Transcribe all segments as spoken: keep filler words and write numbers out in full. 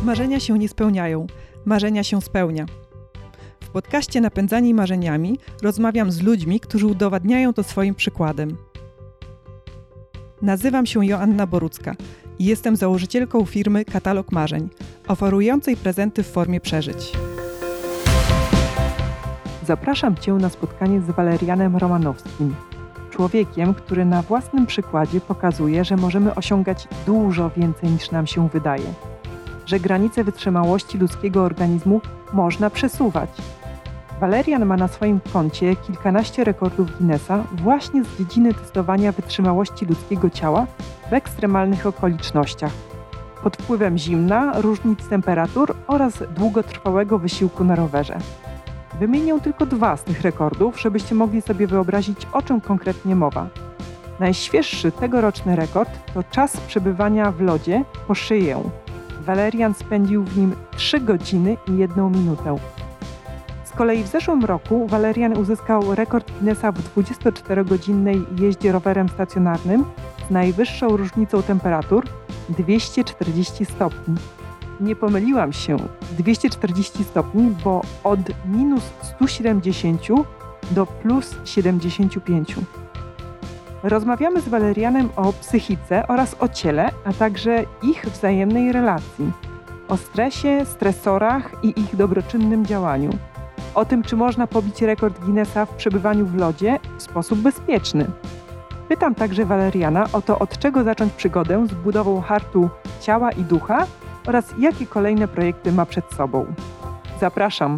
Marzenia się nie spełniają, marzenia się spełnia. W podcaście Napędzani Marzeniami rozmawiam z ludźmi, którzy udowadniają to swoim przykładem. Nazywam się Joanna Borucka i jestem założycielką firmy Katalog Marzeń, oferującej prezenty w formie przeżyć. Zapraszam Cię na spotkanie z Walerianem Romanowskim, człowiekiem, który na własnym przykładzie pokazuje, że możemy osiągać dużo więcej niż nam się wydaje, że granice wytrzymałości ludzkiego organizmu można przesuwać. Walerian ma na swoim koncie kilkanaście rekordów Guinnessa właśnie z dziedziny testowania wytrzymałości ludzkiego ciała w ekstremalnych okolicznościach, pod wpływem zimna, różnic temperatur oraz długotrwałego wysiłku na rowerze. Wymienię tylko dwa z tych rekordów, żebyście mogli sobie wyobrazić, o czym konkretnie mowa. Najświeższy tegoroczny rekord to czas przebywania w lodzie po szyję. Walerian spędził w nim trzy godziny i jedną minutę. Z kolei w zeszłym roku Walerian uzyskał rekord Guinnessa w dwudziestoczterogodzinnej jeździe rowerem stacjonarnym z najwyższą różnicą temperatur dwieście czterdzieści stopni. Nie pomyliłam się, dwieście czterdzieści stopni, bo od minus sto siedemdziesiąt do plus siedemdziesiąt pięć. Rozmawiamy z Walerianem o psychice oraz o ciele, a także ich wzajemnej relacji, o stresie, stresorach i ich dobroczynnym działaniu, o tym, czy można pobić rekord Guinnessa w przebywaniu w lodzie w sposób bezpieczny. Pytam także Waleriana o to, od czego zacząć przygodę z budową hartu ciała i ducha oraz jakie kolejne projekty ma przed sobą. Zapraszam.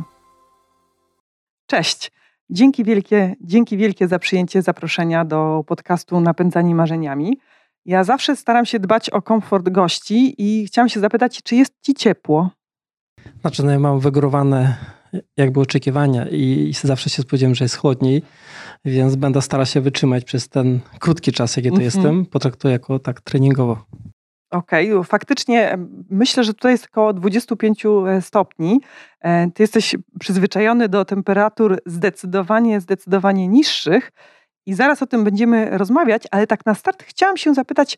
Cześć. Dzięki wielkie, dzięki wielkie za przyjęcie zaproszenia do podcastu Napędzani Marzeniami. Ja zawsze staram się dbać o komfort gości i chciałam się zapytać, czy jest Ci ciepło? Znaczy, no ja mam wygórowane jakby oczekiwania i zawsze się spodziewam, że jest chłodniej, więc będę starał się wytrzymać przez ten krótki czas, jaki tu mm-hmm. jestem. Potraktuję jako tak treningowo. Okej, okay. Faktycznie myślę, że tutaj jest około dwadzieścia pięć stopni. Ty jesteś przyzwyczajony do temperatur zdecydowanie, zdecydowanie niższych i zaraz o tym będziemy rozmawiać, ale tak na start chciałam się zapytać,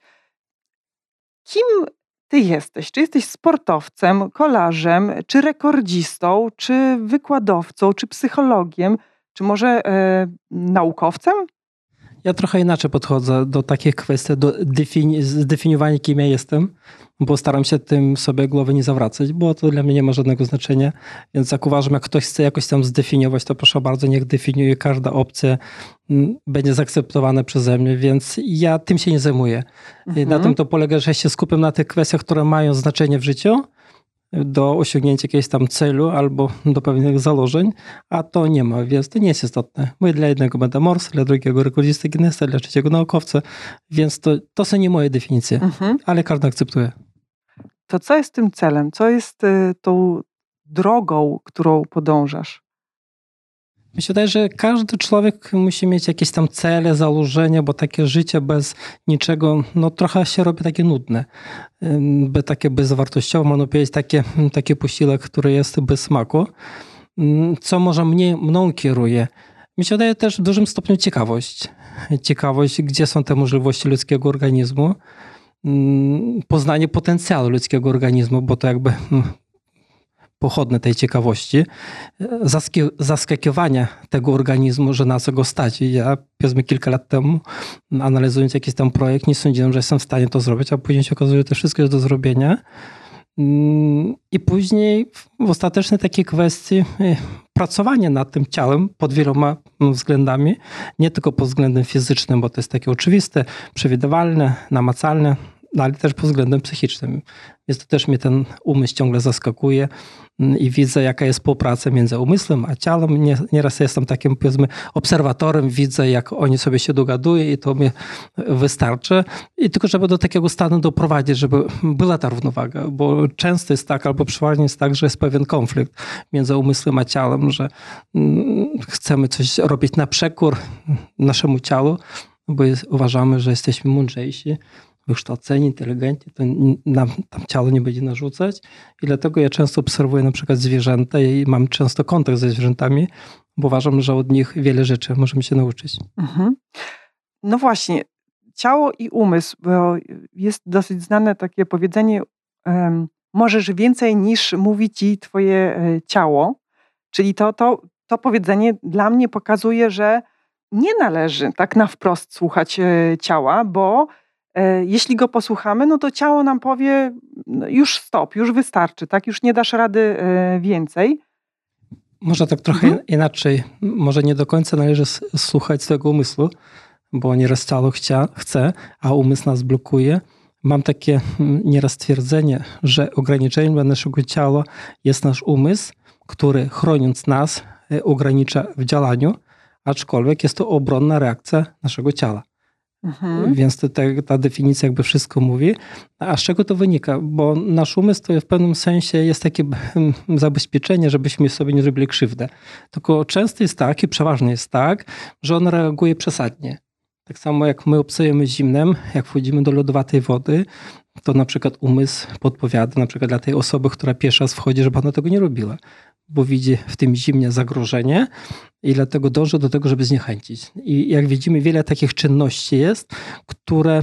kim ty jesteś? Czy jesteś sportowcem, kolarzem, czy rekordzistą, czy wykładowcą, czy psychologiem, czy może e, naukowcem? Ja trochę inaczej podchodzę do takich kwestii, do defini- zdefiniowania, kim ja jestem, bo staram się tym sobie głowy nie zawracać, bo to dla mnie nie ma żadnego znaczenia. Więc jak uważam, jak ktoś chce jakoś tam zdefiniować, to proszę bardzo, niech definiuje, każda opcja będzie zaakceptowana przeze mnie, więc ja tym się nie zajmuję. Mhm. Na tym to polega, że się skupiam na tych kwestiach, które mają znaczenie w życiu, do osiągnięcia jakiegoś tam celu albo do pewnych założeń, a to nie ma, więc to nie jest istotne. Mówię, dla jednego będę morsa, dla drugiego rekordzista Guinnessa, dla trzeciego naukowca, więc to, to są nie moje definicje, mhm. ale każdy akceptuje. To co jest tym celem? Co jest y, tą drogą, którą podążasz? Mi się wydaje, że każdy człowiek musi mieć jakieś tam cele, założenia, bo takie życie bez niczego, no trochę się robi takie nudne. By takie bezwartościowe, można powiedzieć, takie, taki posiłek, który jest bez smaku. Co może mnie, mną kieruje? Mi się wydaje też w dużym stopniu ciekawość. Ciekawość, gdzie są te możliwości ludzkiego organizmu. Poznanie potencjału ludzkiego organizmu, bo to jakby pochodne tej ciekawości, zaski- zaskakiwania tego organizmu, że na co go stać. I ja, powiedzmy, kilka lat temu, analizując jakiś tam projekt, nie sądziłem, że jestem w stanie to zrobić, a później się okazuje, że to wszystko jest do zrobienia. I później w ostatecznej takiej kwestii pracowanie nad tym ciałem pod wieloma względami, nie tylko pod względem fizycznym, bo to jest takie oczywiste, przewidywalne, namacalne, ale też pod względem psychicznym. Więc to też mnie ten umysł ciągle zaskakuje i widzę, jaka jest współpraca między umysłem a ciałem. Nieraz jestem takim, powiedzmy, obserwatorem, widzę, jak oni sobie się dogadują i to mi wystarczy. I tylko, żeby do takiego stanu doprowadzić, żeby była ta równowaga, bo często jest tak, albo przeważnie jest tak, że jest pewien konflikt między umysłem a ciałem, że chcemy coś robić na przekór naszemu ciału, bo jest, uważamy, że jesteśmy mądrzejsi, wykształceni, inteligentni, to nam tam ciało nie będzie narzucać. I dlatego ja często obserwuję na przykład zwierzęta i mam często kontakt ze zwierzętami, bo uważam, że od nich wiele rzeczy możemy się nauczyć. Mhm. No właśnie, ciało i umysł, bo jest dosyć znane takie powiedzenie, um, możesz więcej niż mówi ci twoje ciało. Czyli to, to, to powiedzenie dla mnie pokazuje, że nie należy tak na wprost słuchać ciała, bo jeśli go posłuchamy, no to ciało nam powie no już stop, już wystarczy, tak? Już nie dasz rady więcej. Może tak trochę mhm. inaczej. Może nie do końca należy słuchać swojego umysłu, bo nieraz ciało chcia, chce, a umysł nas blokuje. Mam takie nieraz twierdzenie, że ograniczeniem dla naszego ciała jest nasz umysł, który chroniąc nas ogranicza w działaniu, aczkolwiek jest to obronna reakcja naszego ciała. Mhm. Więc to, ta, ta definicja jakby wszystko mówi. A z czego to wynika? Bo nasz umysł to w pewnym sensie jest takie zabezpieczenie, żebyśmy sobie nie zrobili krzywdę. Tylko często jest tak i przeważnie jest tak, że on reaguje przesadnie. Tak samo jak my obcujemy zimnem, jak wchodzimy do lodowatej wody, to na przykład umysł podpowiada na przykład dla tej osoby, która pierwszy raz wchodzi, żeby ona tego nie robiła, bo widzi w tym zimnie zagrożenie i dlatego dąży do tego, żeby zniechęcić. I jak widzimy, wiele takich czynności jest, które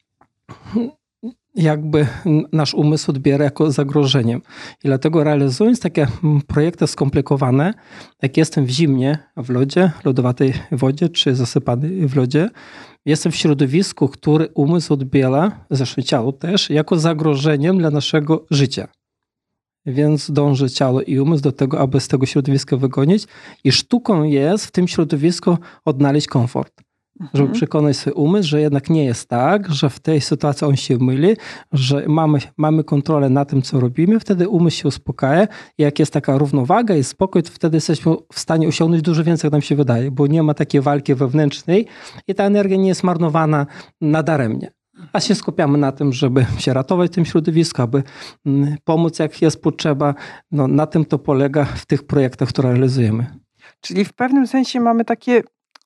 jakby nasz umysł odbiera jako zagrożeniem. I dlatego realizując takie projekty skomplikowane, jak jestem w zimnie, w lodzie, lodowatej wodzie, czy zasypany w lodzie, jestem w środowisku, który umysł odbiera, zresztą ciało też, jako zagrożeniem dla naszego życia. Więc dąży ciało i umysł do tego, aby z tego środowiska wygonić. I sztuką jest w tym środowisku odnaleźć komfort. Żeby przekonać swój umysł, że jednak nie jest tak, że w tej sytuacji on się myli, że mamy, mamy kontrolę na tym, co robimy, wtedy umysł się uspokaja i jak jest taka równowaga i spokój, to wtedy jesteśmy w stanie osiągnąć dużo więcej, jak nam się wydaje, bo nie ma takiej walki wewnętrznej i ta energia nie jest marnowana nadaremnie. A się skupiamy na tym, żeby się ratować w tym środowisku, aby pomóc, jak jest potrzeba. No, na tym to polega w tych projektach, które realizujemy. Czyli w pewnym sensie mamy takie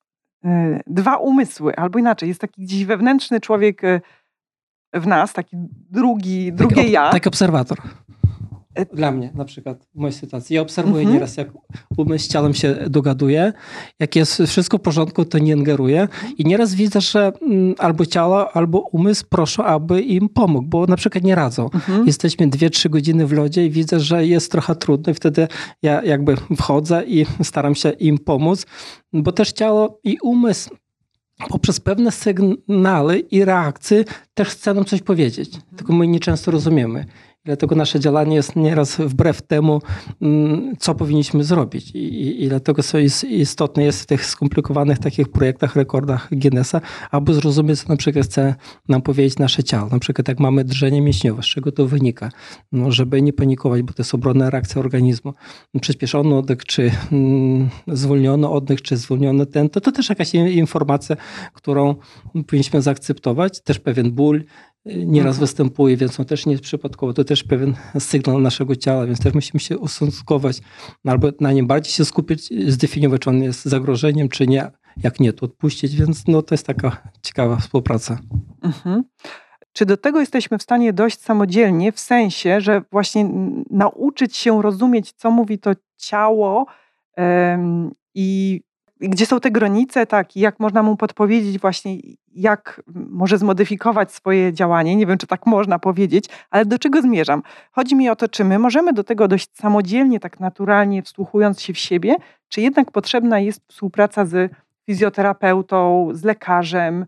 dwa umysły, albo inaczej, jest taki gdzieś wewnętrzny człowiek w nas, taki drugi, drugie taki, ja. Taki obserwator. Dla mnie na przykład, w mojej sytuacji. Ja obserwuję mhm. nieraz, jak umysł z ciałem się dogaduje. Jak jest wszystko w porządku, to nie ingeruję. I nieraz widzę, że albo ciało, albo umysł proszą, aby im pomógł, bo na przykład nie radzą. Mhm. Jesteśmy dwie trzy godziny w lodzie i widzę, że jest trochę trudno i wtedy ja jakby wchodzę i staram się im pomóc, bo też ciało i umysł poprzez pewne sygnały i reakcje też chce nam coś powiedzieć. Mhm. Tylko my nie często rozumiemy. Dlatego nasze działanie jest nieraz wbrew temu, co powinniśmy zrobić. I, i, i dlatego co jest istotne jest w tych skomplikowanych takich projektach, rekordach Guinnessa, aby zrozumieć, co na przykład chce nam powiedzieć nasze ciało. Na przykład jak mamy drżenie mięśniowe, z czego to wynika? No, żeby nie panikować, bo to jest obronna reakcja organizmu. Przyspieszony oddech, czy mm, zwolniony oddech, czy zwolniony ten, to, to też jakaś informacja, którą powinniśmy zaakceptować. Też pewien ból nieraz mhm. występuje, więc on też nie jest przypadkowo. To też pewien sygnał naszego ciała, więc też musimy się ustosunkować, albo na nim bardziej się skupić, zdefiniować, czy on jest zagrożeniem, czy nie. Jak nie, to odpuścić, więc no, to jest taka ciekawa współpraca. Mhm. Czy do tego jesteśmy w stanie dojść samodzielnie, w sensie, że właśnie nauczyć się rozumieć, co mówi to ciało ym, i gdzie są te granice, tak, i jak można mu podpowiedzieć właśnie, jak może zmodyfikować swoje działanie. Nie wiem, czy tak można powiedzieć, ale do czego zmierzam? Chodzi mi o to, czy my możemy do tego dojść samodzielnie, tak naturalnie, wsłuchując się w siebie, czy jednak potrzebna jest współpraca z fizjoterapeutą, z lekarzem?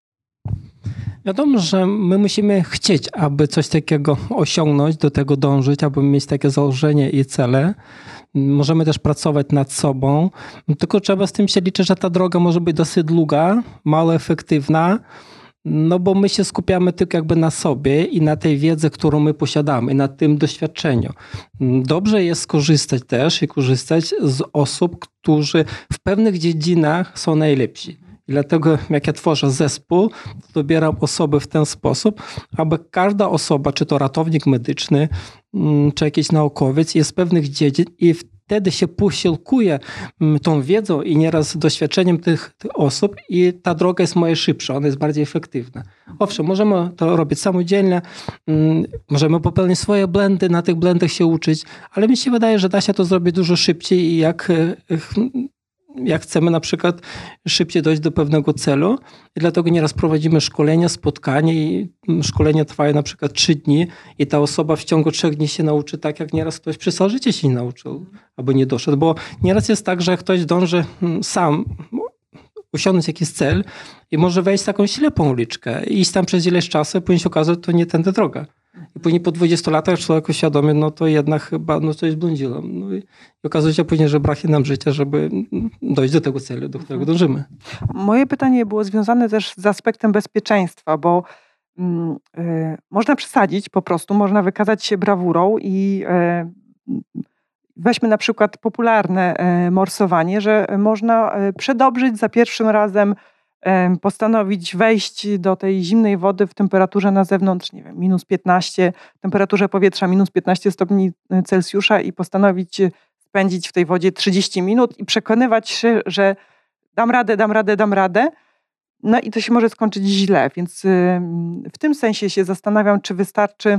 Wiadomo, że my musimy chcieć, aby coś takiego osiągnąć, do tego dążyć, aby mieć takie założenie i cele. Możemy też pracować nad sobą, tylko trzeba z tym się liczyć, że ta droga może być dosyć długa, mało efektywna, no bo my się skupiamy tylko jakby na sobie i na tej wiedzy, którą my posiadamy, i na tym doświadczeniu. Dobrze jest skorzystać też i korzystać z osób, którzy w pewnych dziedzinach są najlepsi. I dlatego jak ja tworzę zespół, to dobieram osoby w ten sposób, aby każda osoba, czy to ratownik medyczny, czy jakiś naukowiec jest z pewnych dziedzin i wtedy się posiłkuje tą wiedzą i nieraz doświadczeniem tych, tych osób i ta droga jest moja szybsza, ona jest bardziej efektywna. Owszem, możemy to robić samodzielnie, możemy popełnić swoje błędy, na tych błędach się uczyć, ale mi się wydaje, że da się to zrobić dużo szybciej i jak jak chcemy na przykład szybciej dojść do pewnego celu i dlatego nieraz prowadzimy szkolenia, spotkania i szkolenia trwają na przykład trzy dni i ta osoba w ciągu trzech dni się nauczy tak, jak nieraz ktoś przez całe życie się nie nauczył albo nie doszedł, bo nieraz jest tak, że ktoś dąży sam osiągnąć jakiś cel i może wejść w taką ślepą uliczkę i iść tam przez ileś czasu, później się okazać, że to nie tędy droga. I później po dwudziestu latach człowiek uświadomi, no to jednak chyba no coś błądziłem. No i, i okazuje się później, że braknie nam życia, żeby dojść do tego celu, do którego dążymy. Moje pytanie było związane też z aspektem bezpieczeństwa, bo mm, y, można przesadzić po prostu, można wykazać się brawurą i y, weźmy na przykład popularne y, morsowanie, że można y, przedobrzyć za pierwszym razem, postanowić wejść do tej zimnej wody w temperaturze na zewnątrz, nie wiem, minus piętnaście, temperaturze powietrza minus piętnaście stopni Celsjusza i postanowić spędzić w tej wodzie trzydzieści minut i przekonywać się, że dam radę, dam radę, dam radę. No i to się może skończyć źle, więc w tym sensie się zastanawiam, czy wystarczy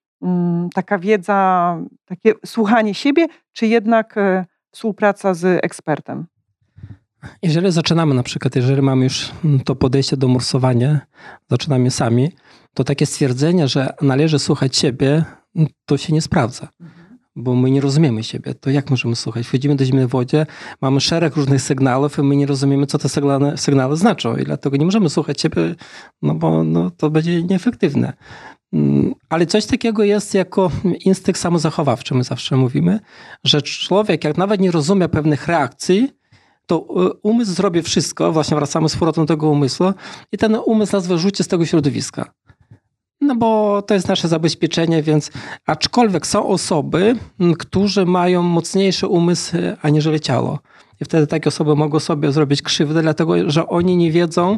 taka wiedza, takie słuchanie siebie, czy jednak współpraca z ekspertem. Jeżeli zaczynamy na przykład, jeżeli mamy już to podejście do morsowania, zaczynamy sami, to takie stwierdzenie, że należy słuchać siebie, to się nie sprawdza. Bo my nie rozumiemy siebie. To jak możemy słuchać? Wchodzimy do zimnej wodzie, mamy szereg różnych sygnałów i my nie rozumiemy, co te sygnały, sygnały znaczą. I dlatego nie możemy słuchać siebie, no bo no, to będzie nieefektywne. Ale coś takiego jest jako instynkt samozachowawczy, my zawsze mówimy, że człowiek, jak nawet nie rozumie pewnych reakcji, to umysł zrobi wszystko, właśnie wracamy z powrotem do tego umysłu i ten umysł nas wyrzuci z tego środowiska. No bo to jest nasze zabezpieczenie, więc aczkolwiek są osoby, którzy mają mocniejszy umysł aniżeli ciało. I wtedy takie osoby mogą sobie zrobić krzywdę, dlatego że oni nie wiedzą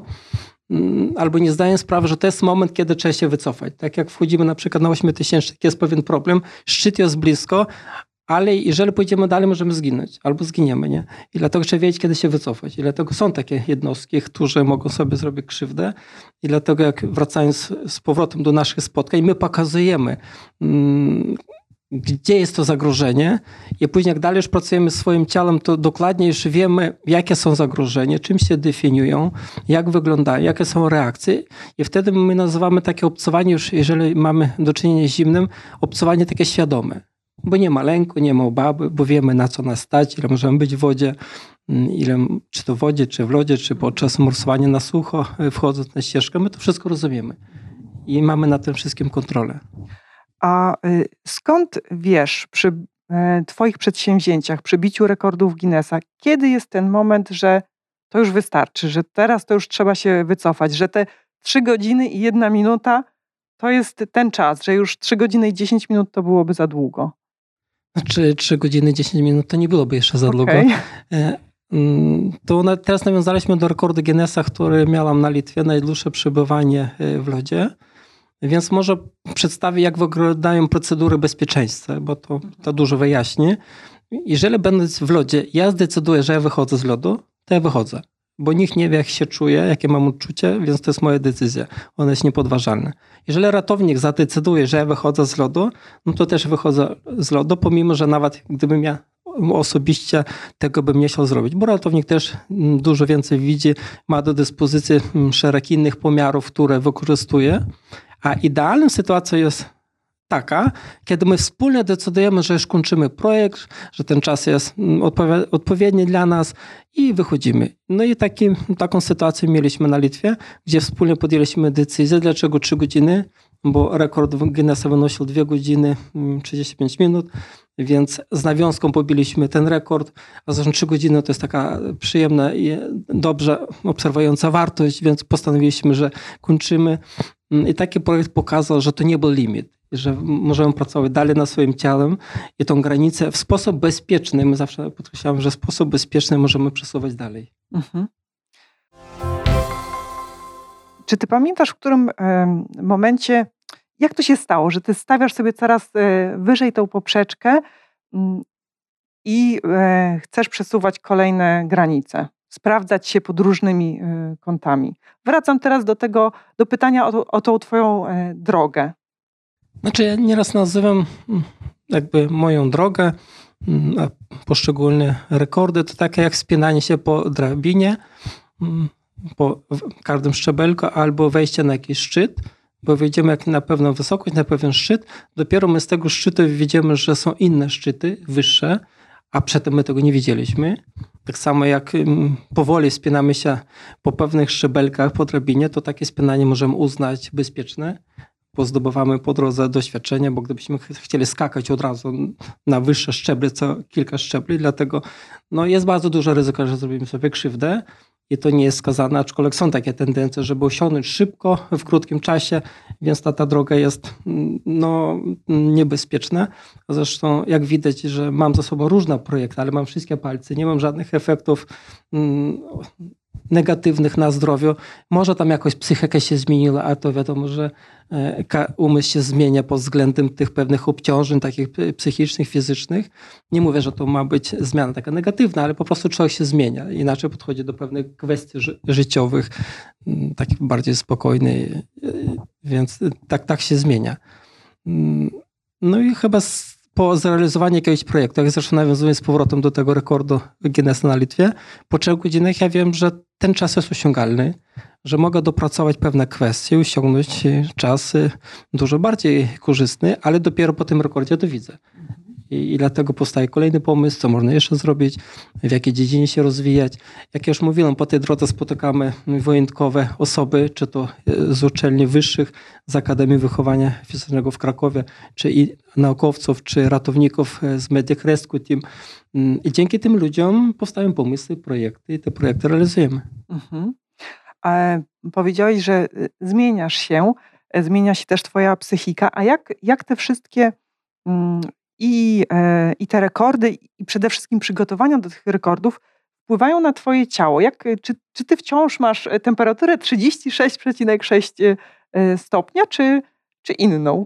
albo nie zdają sprawy, że to jest moment, kiedy trzeba się wycofać. Tak jak wchodzimy na przykład na ośmiotysięcznik, jest pewien problem, szczyt jest blisko, ale jeżeli pójdziemy dalej, możemy zginąć albo zginiemy, nie? I dlatego trzeba wiedzieć, kiedy się wycofać. I dlatego są takie jednostki, które mogą sobie zrobić krzywdę. I dlatego jak wracając z powrotem do naszych spotkań, my pokazujemy, mm, gdzie jest to zagrożenie i później jak dalej już pracujemy swoim ciałem, to dokładnie już wiemy, jakie są zagrożenia, czym się definiują, jak wyglądają, jakie są reakcje i wtedy my nazywamy takie obcowanie już, jeżeli mamy do czynienia z zimnym, obcowanie takie świadome. Bo nie ma lęku, nie ma obawy, bo wiemy, na co nas stać, ile możemy być w wodzie, ile, czy to w wodzie, czy w lodzie, czy podczas morsowania na sucho, wchodząc na ścieżkę, my to wszystko rozumiemy i mamy na tym wszystkim kontrolę. A y, skąd wiesz przy y, twoich przedsięwzięciach, przy biciu rekordów Guinnessa, kiedy jest ten moment, że to już wystarczy, że teraz to już trzeba się wycofać, że te trzy godziny i jedna minuta to jest ten czas, że już trzy godziny i dziesięć minut to byłoby za długo? Znaczy trzy godziny dziesięć minut to nie byłoby jeszcze za długo. Okay. To teraz nawiązaliśmy do rekordu Guinnessa, który miałam na Litwie, najdłuższe przebywanie w lodzie. Więc może przedstawię, jak wyglądają procedury bezpieczeństwa, bo to, to dużo wyjaśni. Jeżeli będąc w lodzie, ja zdecyduję, że ja wychodzę z lodu, to ja wychodzę. Bo nikt nie wie, jak się czuję, jakie mam uczucie, więc to jest moja decyzja. Ona jest niepodważalna. Jeżeli ratownik zadecyduje, że ja wychodzę z lodu, no to też wychodzę z lodu, pomimo, że nawet gdybym ja osobiście tego bym nie chciał zrobić, bo ratownik też dużo więcej widzi, ma do dyspozycji szereg innych pomiarów, które wykorzystuje. A idealną sytuacją jest taka, kiedy my wspólnie decydujemy, że już kończymy projekt, że ten czas jest odpowiedni dla nas i wychodzimy. No i taki, taką sytuację mieliśmy na Litwie, gdzie wspólnie podjęliśmy decyzję, dlaczego trzy godziny, bo rekord Guinnessa wynosił dwie godziny trzydzieści pięć minut, więc z nawiązką pobiliśmy ten rekord, a zresztą trzy godziny to jest taka przyjemna i dobrze obserwująca wartość, więc postanowiliśmy, że kończymy. I taki projekt pokazał, że to nie był limit, że możemy pracować dalej nad swoim ciałem i tą granicę w sposób bezpieczny, my zawsze podkreślamy, że w sposób bezpieczny możemy przesuwać dalej. Mhm. Czy ty pamiętasz, w którym e, momencie, jak to się stało, że ty stawiasz sobie coraz e, wyżej tą poprzeczkę m, i e, chcesz przesuwać kolejne granice? Sprawdzać się pod różnymi y, kątami. Wracam teraz do tego, do pytania o, o tą twoją y, drogę. Znaczy ja nieraz nazywam jakby moją drogę poszczególne rekordy to takie jak wspinanie się po drabinie, po każdym szczebelku albo wejście na jakiś szczyt, bo wejdziemy jak na pewną wysokość, na pewien szczyt. Dopiero my z tego szczytu widzimy, że są inne szczyty, wyższe, a przedtem my tego nie widzieliśmy. Tak samo jak powoli wspinamy się po pewnych szczebelkach, po drabinie, to takie spinanie możemy uznać bezpieczne, bo zdobywamy po drodze doświadczenie, bo gdybyśmy chcieli skakać od razu na wyższe szczeble, co kilka szczebli, dlatego no, jest bardzo duże ryzyko, że zrobimy sobie krzywdę i to nie jest skazane, aczkolwiek są takie tendencje, żeby osiągnąć szybko, w krótkim czasie, więc ta, ta droga jest no, niebezpieczna. Zresztą jak widać, że mam za sobą różne projekty, ale mam wszystkie palce, nie mam żadnych efektów mm, negatywnych na zdrowiu. Może tam jakoś psychika się zmieniła, a to wiadomo, że umysł się zmienia pod względem tych pewnych obciążeń takich psychicznych, fizycznych. Nie mówię, że to ma być zmiana taka negatywna, ale po prostu człowiek się zmienia. Inaczej podchodzi do pewnych kwestii ży- życiowych, takich bardziej spokojnych, więc tak, tak się zmienia. No i chyba z, po zrealizowaniu jakiegoś projektu, jak zresztą nawiązując z powrotem do tego rekordu Guinnessa na Litwie, po trzech godzinach ja wiem, że ten czas jest osiągalny, że mogę dopracować pewne kwestie, osiągnąć czas dużo bardziej korzystny, ale dopiero po tym rekordzie to widzę. I, I dlatego powstaje kolejny pomysł, co można jeszcze zrobić, w jakiej dziedzinie się rozwijać. Jak już mówiłem, po tej drodze spotykamy wyjątkowe osoby, czy to z uczelni wyższych, z Akademii Wychowania Fizycznego w Krakowie, czy i naukowców, czy ratowników z Medic Rescue Team. I dzięki tym ludziom powstają pomysły, projekty i te projekty realizujemy. Mhm. A powiedziałeś, że zmieniasz się, zmienia się też twoja psychika, a jak, jak te wszystkie mm, i, e, i te rekordy i przede wszystkim przygotowania do tych rekordów wpływają na twoje ciało? Jak, czy, czy ty wciąż masz temperaturę trzydzieści sześć przecinek sześć stopnia, czy, czy inną?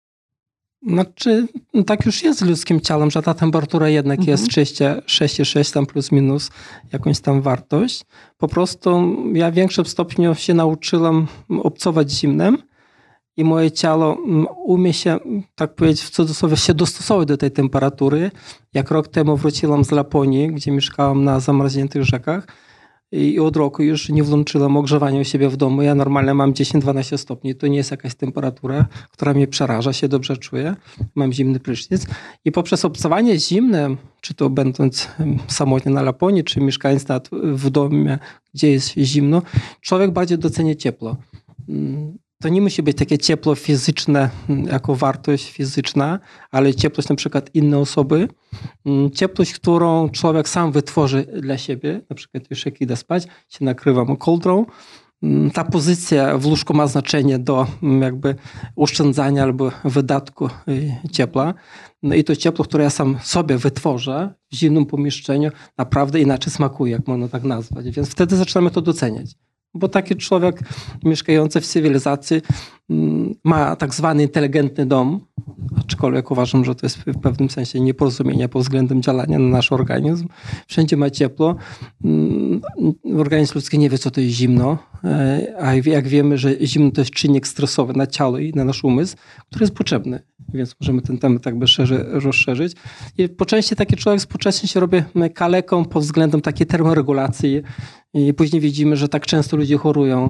Znaczy, tak już jest z ludzkim ciałem, że ta temperatura jednak mhm. jest sześć przecinek sześć tam plus minus jakąś tam wartość. Po prostu ja w większym stopniu się nauczyłem obcować z zimnem i moje ciało umie się, tak powiedzieć w cudzysłowie, się dostosować do tej temperatury. Jak rok temu wróciłam z Laponii, gdzie mieszkałam na zamarzniętych rzekach, i od roku już nie włączyłam ogrzewania u siebie w domu. Ja normalnie mam dziesięć dwanaście stopni. To nie jest jakaś temperatura, która mnie przeraża, się dobrze czuję. Mam zimny prysznic. I poprzez obcowanie z zimnem, czy to będąc samotnie na Laponii, czy mieszkając w domu, gdzie jest zimno, człowiek bardziej docenia ciepło. To nie musi być takie ciepło fizyczne jako wartość fizyczna, ale ciepłość na przykład innej osoby. Ciepłość, którą człowiek sam wytworzy dla siebie, na przykład już jak idę spać, się nakrywam kołdrą. Ta pozycja w łóżku ma znaczenie do jakby oszczędzania albo wydatku ciepła. No i to ciepło, które ja sam sobie wytworzę w zimnym pomieszczeniu, naprawdę inaczej smakuje, jak można tak nazwać. Więc wtedy zaczynamy to doceniać. Bo taki człowiek mieszkający w cywilizacji ma tak zwany inteligentny dom, aczkolwiek uważam, że to jest w pewnym sensie nieporozumienie pod względem działania na nasz organizm. Wszędzie ma ciepło. Organizm ludzki nie wie, co to jest zimno, a jak wiemy, że zimno to jest czynnik stresowy na ciało i na nasz umysł, który jest potrzebny. Więc możemy ten temat jakby szerzy, rozszerzyć. I po części taki człowiek współcześnie się robi kaleką pod względem takiej termoregulacji i później widzimy, że tak często ludzie chorują.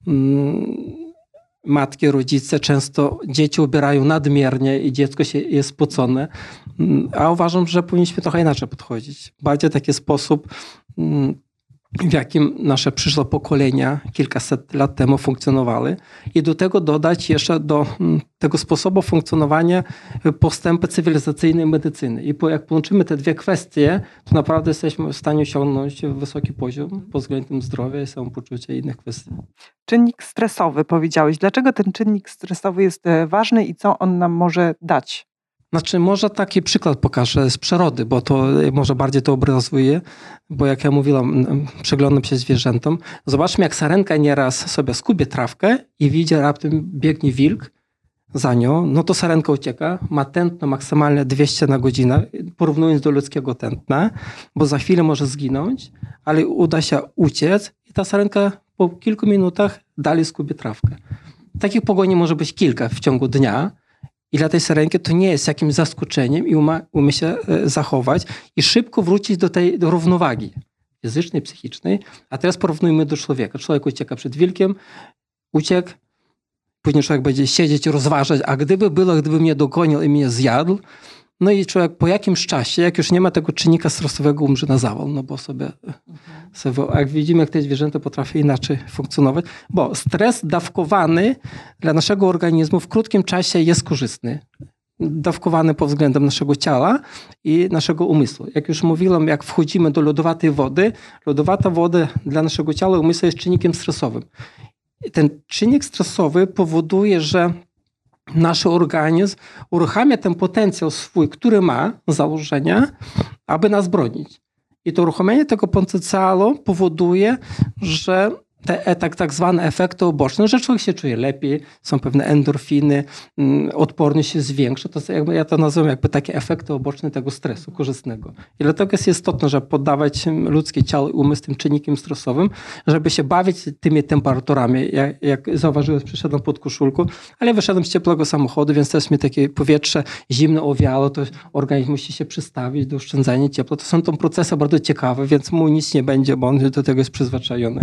Matki, rodzice, często dzieci ubierają nadmiernie i dziecko się jest spocone. A uważam, że powinniśmy trochę inaczej podchodzić. Bardziej taki sposób, w jakim nasze przyszłe pokolenia kilkaset lat temu funkcjonowały i do tego dodać jeszcze do tego sposobu funkcjonowania postępy cywilizacyjne i medycyny. I jak połączymy te dwie kwestie, to naprawdę jesteśmy w stanie osiągnąć wysoki poziom pod względem zdrowia i samopoczucia i innych kwestii. Czynnik stresowy powiedziałeś. Dlaczego ten czynnik stresowy jest ważny i co on nam może dać? Znaczy, może taki przykład pokażę z przyrody, bo to może bardziej to obrazuje, bo jak ja mówiłam, przeglądam się zwierzętom. Zobaczmy, jak sarenka nieraz sobie skubie trawkę i widzi, raptem biegnie wilk za nią, no to sarenka ucieka, ma tętno maksymalnie dwieście na godzinę, porównując do ludzkiego tętna, bo za chwilę może zginąć, ale uda się uciec i ta sarenka po kilku minutach dalej skubie trawkę. Takich pogoni może być kilka w ciągu dnia. I dla tej syrenki to nie jest jakimś zaskoczeniem i umie, umie się zachować i szybko wrócić do tej do równowagi fizycznej, psychicznej. A teraz porównujmy do człowieka. Człowiek ucieka przed wilkiem, uciekł, później człowiek będzie siedzieć i rozważać, a gdyby było, gdyby mnie dogonił i mnie zjadł, no i człowiek po jakimś czasie, jak już nie ma tego czynnika stresowego, umrze na zawał, no bo sobie, mhm. sobie jak widzimy, jak te zwierzęta potrafią inaczej funkcjonować, bo stres dawkowany dla naszego organizmu w krótkim czasie jest korzystny. Dawkowany pod względem naszego ciała i naszego umysłu. Jak już mówiłem, jak wchodzimy do lodowatej wody, lodowata woda dla naszego ciała i umysłu jest czynnikiem stresowym. Ten czynnik stresowy powoduje, że nasz organizm uruchamia ten potencjał swój, który ma z założenia, aby nas bronić. I to uruchomienie tego potencjału powoduje, że te tak, tak zwane efekty uboczne, że człowiek się czuje lepiej, są pewne endorfiny, odporność się zwiększa. To jakby, ja to nazywam jakby takie efekty uboczne tego stresu korzystnego. I dlatego jest istotne, żeby poddawać ludzkie ciało i umysł tym czynnikiem stresowym, żeby się bawić tymi temperaturami. Jak, jak zauważyłeś, przyszedłem pod koszulką, ale wyszedłem z ciepłego samochodu, więc też mi takie powietrze zimne owiało, to organizm musi się przystawić do oszczędzania ciepła. To są to procesy bardzo ciekawe, więc mu nic nie będzie, bo on do tego jest przyzwyczajony.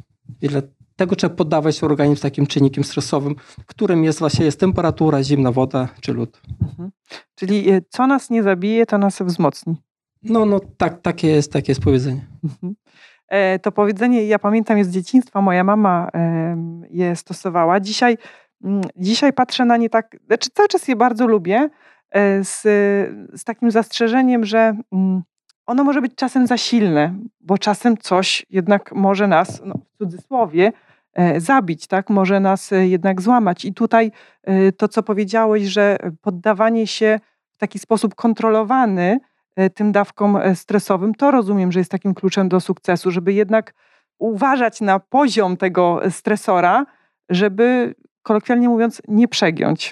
I dlatego trzeba poddawać organizm takim czynnikiem stresowym, którym jest właśnie jest temperatura, zimna woda czy lód. Mhm. Czyli co nas nie zabije, to nas wzmocni. No, no tak, takie jest, takie jest powiedzenie. Mhm. E, to powiedzenie, ja pamiętam, jest z dzieciństwa, moja mama e, je stosowała. Dzisiaj, m, dzisiaj patrzę na nie tak, znaczy cały czas je bardzo lubię, e, z, z takim zastrzeżeniem, że m, ono może być czasem za silne, bo czasem coś jednak może nas, no, w cudzysłowie, e, zabić, tak? Może nas e, jednak złamać. I tutaj e, to, co powiedziałeś, że poddawanie się w taki sposób kontrolowany e, tym dawkom e, stresowym, to rozumiem, że jest takim kluczem do sukcesu, żeby jednak uważać na poziom tego stresora, żeby, kolokwialnie mówiąc, nie przegiąć.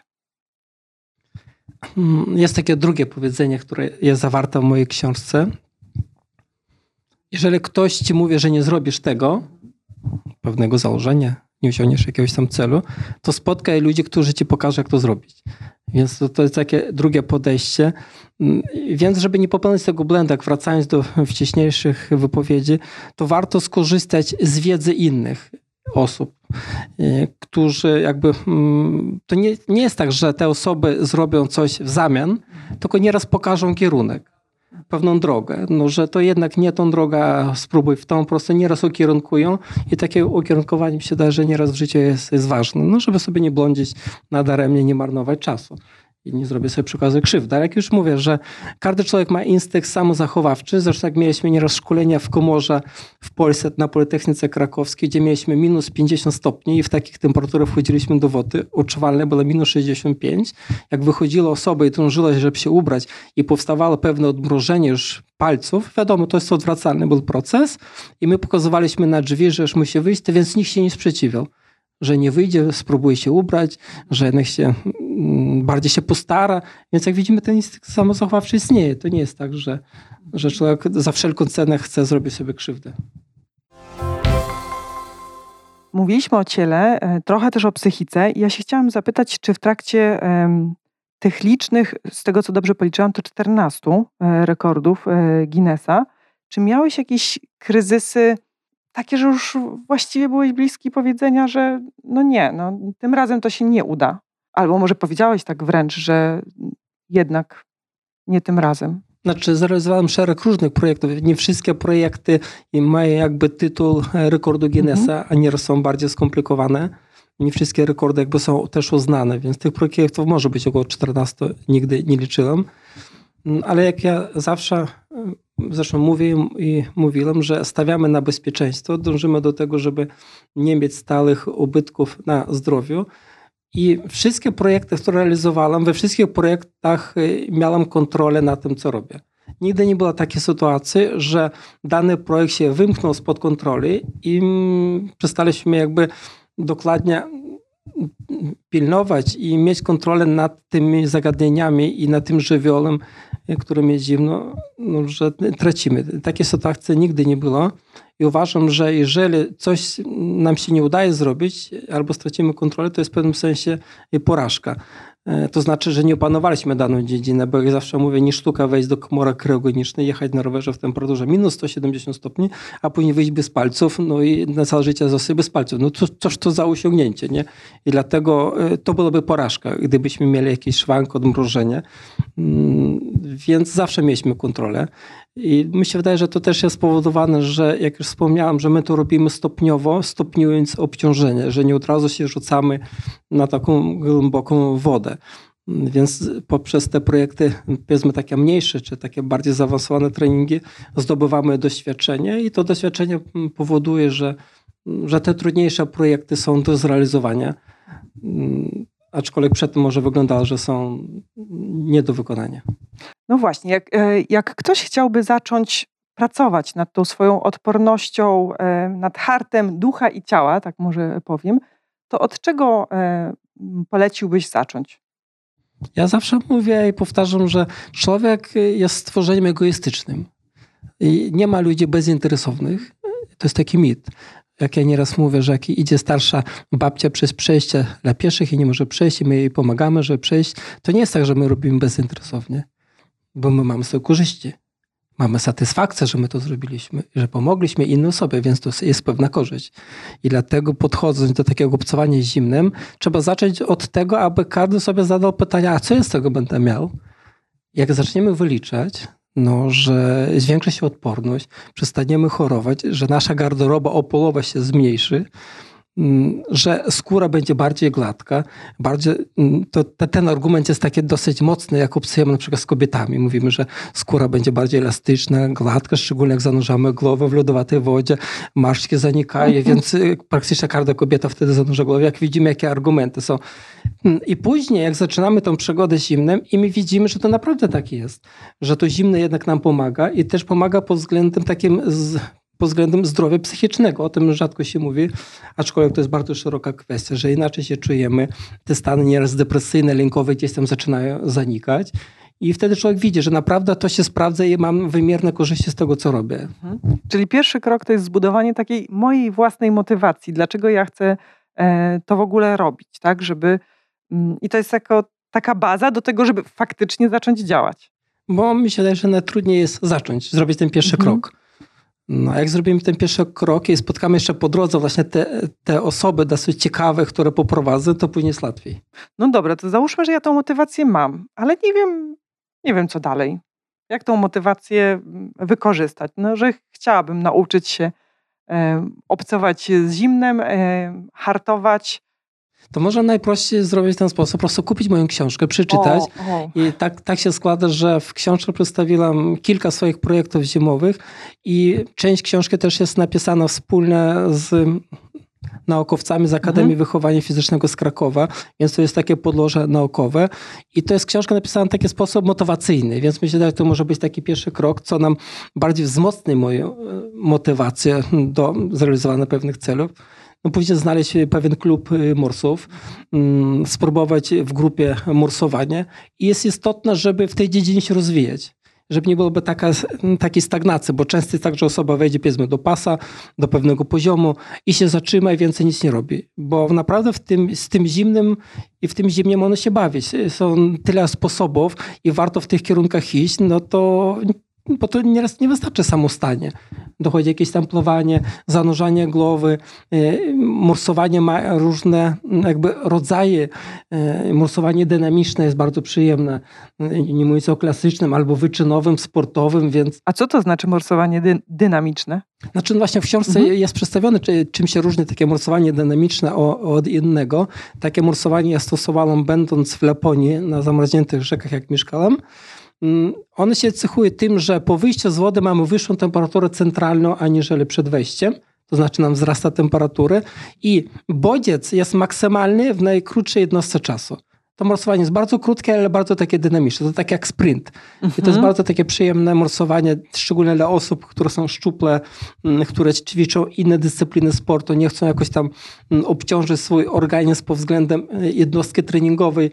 Jest takie drugie powiedzenie, które jest zawarte w mojej książce. Jeżeli ktoś ci mówi, że nie zrobisz tego, pewnego założenia, nie osiągniesz jakiegoś tam celu, to spotkaj ludzi, którzy ci pokażą, jak to zrobić. Więc to, to jest takie drugie podejście. Więc żeby nie popełnić tego błędu, jak wracając do wcześniejszych wypowiedzi, to warto skorzystać z wiedzy innych osób, którzy jakby, to nie, nie jest tak, że te osoby zrobią coś w zamian, tylko nieraz pokażą kierunek, pewną drogę, no, że to jednak nie tą drogę, spróbuj w tą, po prostu nieraz ukierunkują i takie ukierunkowanie mi się da, że nieraz w życiu jest, jest ważne, no, żeby sobie nie blądzić nadaremnie, nie marnować czasu. I nie zrobię sobie przy okazji krzywdy. Ale jak już mówię, że każdy człowiek ma instynkt samozachowawczy. Zresztą jak mieliśmy nieraz szkolenia w Komorze w Polsce na Politechnice Krakowskiej, gdzie mieliśmy minus pięćdziesiąt stopni i w takich temperaturach wchodziliśmy do wody. Odczuwalne było minus sześćdziesiąt pięć. Jak wychodziła osoba i dążyła, żeby się ubrać i powstawało pewne odmrożenie już palców, wiadomo, to jest odwracalny był proces i my pokazywaliśmy na drzwi, że już musi wyjść, więc nikt się nie sprzeciwiał. Że nie wyjdzie, spróbuje się ubrać, że jednak się bardziej się postara. Więc jak widzimy, ten instynkt samozachowawczy istnieje. To nie jest tak, że, że człowiek za wszelką cenę chce zrobić sobie krzywdę. Mówiliśmy o ciele, trochę też o psychice. Ja się chciałam zapytać, czy w trakcie um, tych licznych, z tego co dobrze policzyłam, to czternastu rekordów Guinnessa, czy miałeś jakieś kryzysy takie, że już właściwie byłeś bliski powiedzenia, że no nie, no, tym razem to się nie uda. Albo może powiedziałeś tak wręcz, że jednak nie tym razem. Znaczy zrealizowałem szereg różnych projektów. Nie wszystkie projekty mają jakby tytuł rekordu Guinnessa, mhm. a nieraz są bardziej skomplikowane. Nie wszystkie rekordy jakby są też uznane, więc tych projektów może być około czternastu, nigdy nie liczyłem. Ale jak ja zawsze zresztą mówię i mówiłem, że stawiamy na bezpieczeństwo, dążymy do tego, żeby nie mieć stałych ubytków na zdrowiu. I wszystkie projekty, które realizowałem, we wszystkich projektach miałem kontrolę nad tym, co robię. Nigdy nie było takiej sytuacji, że dany projekt się wymknął spod kontroli i przestaliśmy jakby dokładnie pilnować i mieć kontrolę nad tymi zagadnieniami i nad tym żywiołem, którym jest zimno, no, że tracimy. Takiej sytuacji nigdy nie było i uważam, że jeżeli coś nam się nie udaje zrobić albo stracimy kontrolę, to jest w pewnym sensie porażka. to znaczy, że nie opanowaliśmy daną dziedzinę, bo jak zawsze mówię, nie sztuka wejść do komórek kryogenicznej, jechać na rowerze w temperaturze minus sto siedemdziesiąt stopni, a później wyjść bez palców, no i na całe życie zostać bez palców. No to, toż to za osiągnięcie, nie? I dlatego to byłoby porażka, gdybyśmy mieli jakiś szwank, odmrożenie. Więc zawsze mieliśmy kontrolę. I mi się wydaje, że to też jest spowodowane, że jak już wspomniałem, że my to robimy stopniowo, stopniując obciążenie, że nie od razu się rzucamy na taką głęboką wodę. Więc poprzez te projekty, powiedzmy takie mniejsze, czy takie bardziej zaawansowane treningi, zdobywamy doświadczenie i to doświadczenie powoduje, że, że te trudniejsze projekty są do zrealizowania. Aczkolwiek przedtem może wyglądało, że są nie do wykonania. No właśnie, jak, jak ktoś chciałby zacząć pracować nad tą swoją odpornością, nad hartem ducha i ciała, tak może powiem, to od czego poleciłbyś zacząć? Ja zawsze mówię i powtarzam, że człowiek jest stworzeniem egoistycznym. I nie ma ludzi bezinteresownych. To jest taki mit. Jak ja nieraz mówię, że jak idzie starsza babcia przez przejście dla pieszych i nie może przejść i my jej pomagamy, żeby przejść, to nie jest tak, że my robimy bezinteresownie, bo my mamy sobie korzyści. Mamy satysfakcję, że my to zrobiliśmy, że pomogliśmy innej osobie, więc to jest pewna korzyść. I dlatego podchodząc do takiego obcowania zimnym, trzeba zacząć od tego, aby każdy sobie zadał pytanie, a co ja z tego będę miał? Jak zaczniemy wyliczać, no, że zwiększy się odporność, przestaniemy chorować, że nasza garderoba o połowę się zmniejszy, że skóra będzie bardziej gładka, bardziej, to, to ten argument jest taki dosyć mocny, jak obcujemy na przykład z kobietami. Mówimy, że skóra będzie bardziej elastyczna, gładka, szczególnie jak zanurzamy głowę w lodowatej wodzie, marszczki zanikają, więc praktycznie każda kobieta wtedy zanurza głowę. Jak widzimy, jakie argumenty są. I później, jak zaczynamy tą przygodę zimnem i my widzimy, że to naprawdę tak jest, że to zimne jednak nam pomaga i też pomaga pod względem takim z, pod względem zdrowia psychicznego. O tym rzadko się mówi, aczkolwiek to jest bardzo szeroka kwestia, że inaczej się czujemy. Te stany nieraz depresyjne, lękowe gdzieś tam zaczynają zanikać. I wtedy człowiek widzi, że naprawdę to się sprawdza i mam wymierne korzyści z tego, co robię. Mhm. Czyli pierwszy krok to jest zbudowanie takiej mojej własnej motywacji. Dlaczego ja chcę e, to w ogóle robić, tak? Żeby, mm, i to jest jako taka baza do tego, żeby faktycznie zacząć działać. Bo mi się wydaje, że najtrudniej jest zacząć, zrobić ten pierwszy mhm. krok. No, jak zrobimy ten pierwszy krok i spotkamy jeszcze po drodze właśnie te, te osoby dosyć ciekawe, które poprowadzę, to później jest łatwiej. No dobra, to załóżmy, że ja tą motywację mam, ale nie wiem, nie wiem co dalej. Jak tą motywację wykorzystać? No, że chciałabym nauczyć się e, obcować z zimnem, e, hartować. To może najprościej zrobić w ten sposób, po prostu kupić moją książkę, przeczytać. O, o. I tak, tak się składa, że w książce przedstawiłam kilka swoich projektów zimowych i część książki też jest napisana wspólnie z naukowcami z Akademii mhm. Wychowania Fizycznego z Krakowa, więc to jest takie podłoże naukowe. I to jest książka napisana w taki sposób motywacyjny, więc myślę, że to może być taki pierwszy krok, co nam bardziej wzmocni moją motywację do zrealizowania pewnych celów. No później znaleźć pewien klub morsów, spróbować w grupie morsowanie i jest istotne, żeby w tej dziedzinie się rozwijać. Żeby nie byłoby taka, takiej stagnacji, bo często jest tak, że osoba wejdzie powiedzmy do pasa, do pewnego poziomu i się zatrzyma i więcej nic nie robi. Bo naprawdę w tym, z tym zimnym i w tym zimnie można się bawić. Są tyle sposobów i warto w tych kierunkach iść, no to bo to nieraz nie wystarczy samostanie. Dochodzi jakieś tam pływanie, zanurzanie głowy, morsowanie ma różne jakby rodzaje. Morsowanie dynamiczne jest bardzo przyjemne, nie mówiąc o klasycznym albo wyczynowym, sportowym, więc... A co to znaczy morsowanie dy- dynamiczne? Znaczy no właśnie w książce mhm. jest przedstawione, czym się różni takie morsowanie dynamiczne od innego. Takie morsowanie ja stosowałem będąc w Laponii na zamarzniętych rzekach, jak mieszkałem. One się cechuje tym, że po wyjściu z wody mamy wyższą temperaturę centralną aniżeli przed wejściem. To znaczy nam wzrasta temperatura i bodziec jest maksymalny w najkrótszej jednostce czasu. To morsowanie jest bardzo krótkie, ale bardzo takie dynamiczne. To tak jak sprint. Mhm. I to jest bardzo takie przyjemne morsowanie, szczególnie dla osób, które są szczuple, które ćwiczą inne dyscypliny sportu, nie chcą jakoś tam obciążyć swój organizm pod względem jednostki treningowej.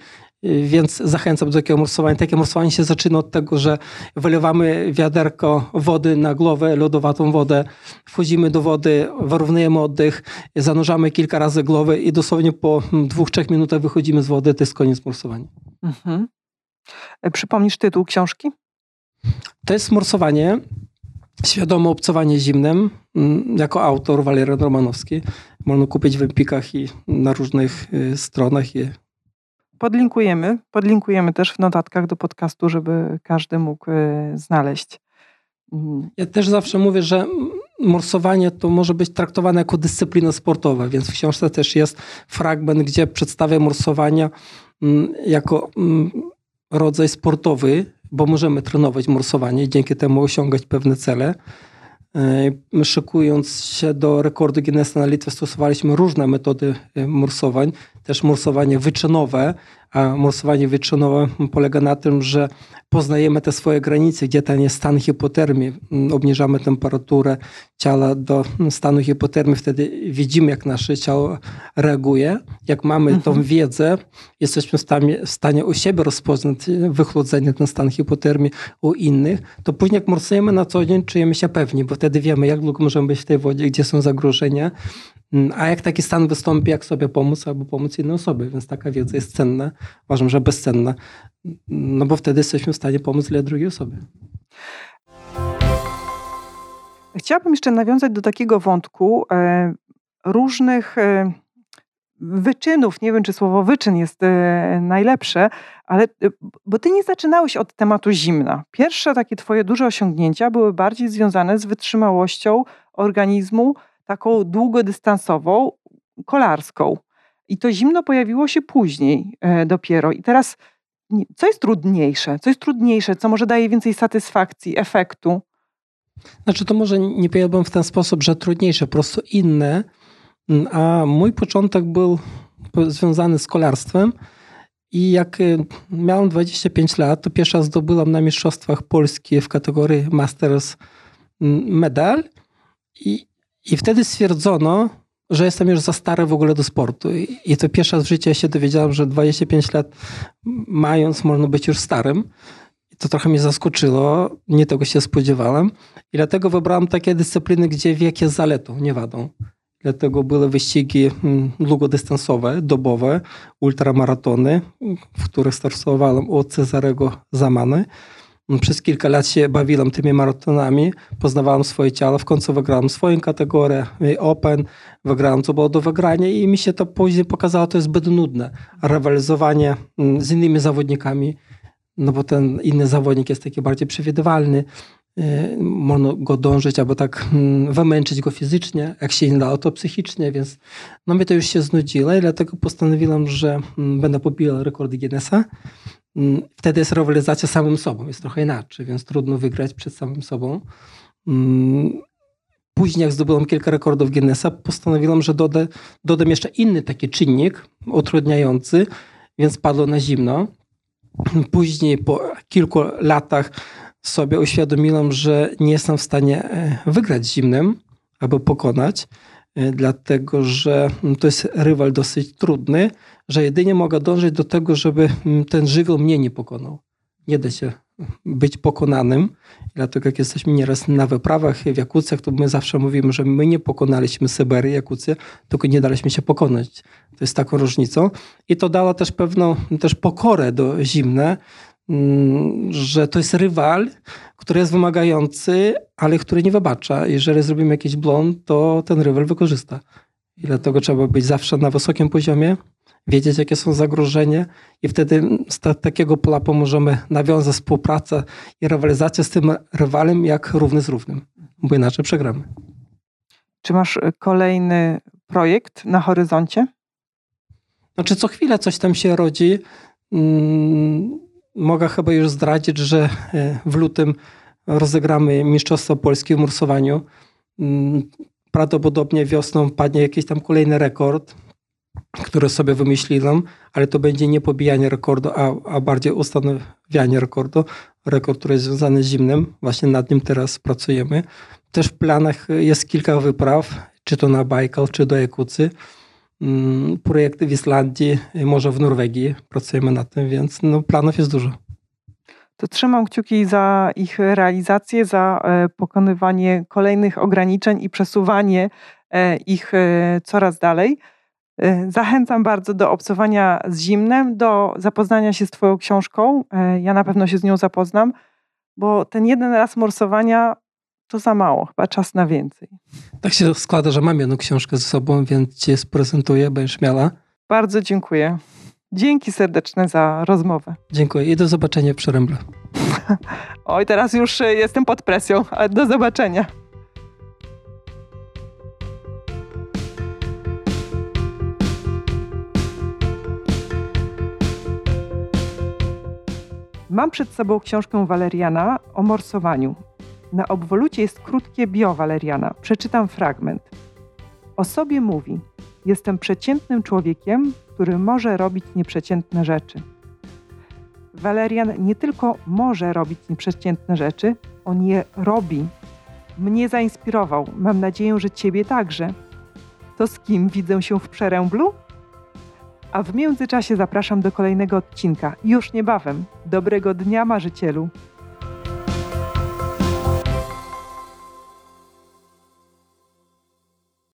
Więc zachęcam do takiego morsowania. Takie morsowanie się zaczyna od tego, że wylewamy wiaderko wody na głowę, lodowatą wodę, wchodzimy do wody, wyrównujemy oddech, zanurzamy kilka razy głowę i dosłownie po dwóch, trzech minutach wychodzimy z wody. To jest koniec morsowania. Mhm. Przypomnisz tytuł książki? To jest morsowanie, świadome obcowanie zimnem. Jako autor Walerian Romanowski. Można kupić w Empikach i na różnych stronach. I Podlinkujemy. Podlinkujemy też w notatkach do podcastu, żeby każdy mógł znaleźć. Ja też zawsze mówię, że morsowanie to może być traktowane jako dyscyplina sportowa, więc w książce też jest fragment, gdzie przedstawia morsowanie jako rodzaj sportowy, bo możemy trenować morsowanie i dzięki temu osiągać pewne cele. Szykując się do rekordu Guinnessa na Litwie, stosowaliśmy różne metody morsowań, też morsowanie wyczynowe, a morsowanie wyczynowe polega na tym, że poznajemy te swoje granice, gdzie ten jest stan hipotermii, obniżamy temperaturę ciała do stanu hipotermii, wtedy widzimy, jak nasze ciało reaguje. Jak mamy mhm. tą wiedzę, jesteśmy w stanie, w stanie u siebie rozpoznać wychłodzenie, ten stan hipotermii u innych, to później jak morsujemy na co dzień, czujemy się pewni, bo wtedy wiemy, jak długo możemy być w tej wodzie, gdzie są zagrożenia, a jak taki stan wystąpi, jak sobie pomóc albo pomóc innej osobie, więc taka wiedza jest cenna, uważam, że bezcenna, no bo wtedy jesteśmy w stanie pomóc dla drugiej osoby. Chciałabym jeszcze nawiązać do takiego wątku e, różnych e, wyczynów. Nie wiem, czy słowo wyczyn jest e, najlepsze, ale e, bo ty nie zaczynałeś od tematu zimna. Pierwsze takie twoje duże osiągnięcia były bardziej związane z wytrzymałością organizmu, taką długodystansową, kolarską. I to zimno pojawiło się później e, dopiero. I teraz co jest trudniejsze? Co jest trudniejsze? Co może daje więcej satysfakcji, efektu? Znaczy to może nie powiedziałbym w ten sposób, że trudniejsze, po prostu inne. A mój początek był związany z kolarstwem. I jak miałem dwadzieścia pięć lat, to pierwszy raz zdobyłam na mistrzostwach Polski w kategorii Masters medal. I, i wtedy stwierdzono, że jestem już za stary w ogóle do sportu. I, i to pierwszy raz w życiu ja się dowiedziałam, że dwadzieścia pięć lat mając można być już starym. I to trochę mnie zaskoczyło. Nie tego się spodziewałem. I dlatego wybrałem takie dyscypliny, gdzie wiek jest zaletą, nie wadą. Dlatego były wyścigi długodystansowe, dobowe, ultramaratony, w których startowałem od Cezarego Zamany. Przez kilka lat się bawiłem tymi maratonami, poznawałem swoje ciało, w końcu wygrałem swoją kategorię, Open, wygrałem co było do wygrania i mi się to później pokazało, to jest zbyt nudne. Rywalizowanie z innymi zawodnikami, no bo ten inny zawodnik jest taki bardziej przewidywalny, można go dążyć albo tak wymęczyć go fizycznie, jak się nie dało, to psychicznie, więc no mnie to już się znudziło i dlatego postanowiłem, że będę pobijał rekordy Guinnessa. Wtedy jest rywalizacja samym sobą, jest trochę inaczej, więc trudno wygrać przed samym sobą. Później jak zdobyłem kilka rekordów Guinnessa, postanowiłem, że doda, dodam jeszcze inny taki czynnik utrudniający, więc padło na zimno. Później po kilku latach sobie uświadomiłem, że nie jestem w stanie wygrać zimnem albo pokonać, dlatego że to jest rywal dosyć trudny, że jedynie mogę dążyć do tego, żeby ten żywioł mnie nie pokonał. Nie da się być pokonanym. Dlatego jak jesteśmy nieraz na wyprawach w Jakucjach, to my zawsze mówimy, że my nie pokonaliśmy Syberii, Jakucję, tylko nie daliśmy się pokonać. To jest taką różnicą. I to dało też pewną też pokorę do zimna, że to jest rywal, który jest wymagający, ale który nie wybacza. Jeżeli zrobimy jakiś błąd, to ten rywal wykorzysta. I dlatego trzeba być zawsze na wysokim poziomie, wiedzieć, jakie są zagrożenia i wtedy z takiego pola możemy nawiązać współpracę i rywalizację z tym rywalem jak równy z równym, bo inaczej przegramy. Czy masz kolejny projekt na horyzoncie? Znaczy co chwilę coś tam się rodzi. Mogę chyba już zdradzić, że w lutym rozegramy Mistrzostwa Polski w morsowaniu. Prawdopodobnie wiosną padnie jakiś tam kolejny rekord, który sobie wymyśliłem, ale to będzie nie pobijanie rekordu, a, a bardziej ustanawianie rekordu. Rekord, który jest związany z zimnem. Właśnie nad nim teraz pracujemy. Też w planach jest kilka wypraw, czy to na Bajkal, czy do Jakucji. projekty w Islandii, może w Norwegii pracujemy nad tym, więc no, planów jest dużo. To trzymam kciuki za ich realizację, za pokonywanie kolejnych ograniczeń i przesuwanie ich coraz dalej. Zachęcam bardzo do obcowania z zimnem, do zapoznania się z Twoją książką. Ja na pewno się z nią zapoznam, bo ten jeden raz morsowania to za mało, chyba czas na więcej. Tak się składa, że mam jedną książkę ze sobą, więc Cię sprezentuję, będziesz miała. Bardzo dziękuję. Dzięki serdeczne za rozmowę. Dziękuję i do zobaczenia w Przeręble. Oj, teraz już jestem pod presją, ale do zobaczenia. Mam przed sobą książkę Waleriana o morsowaniu. Na obwolucie jest krótkie bio Waleriana. Przeczytam fragment. O sobie mówi: jestem przeciętnym człowiekiem, który może robić nieprzeciętne rzeczy. Walerian nie tylko może robić nieprzeciętne rzeczy, on je robi. Mnie zainspirował. Mam nadzieję, że Ciebie także. To z kim widzę się w Przeręblu? A w międzyczasie zapraszam do kolejnego odcinka. Już niebawem. Dobrego dnia, marzycielu.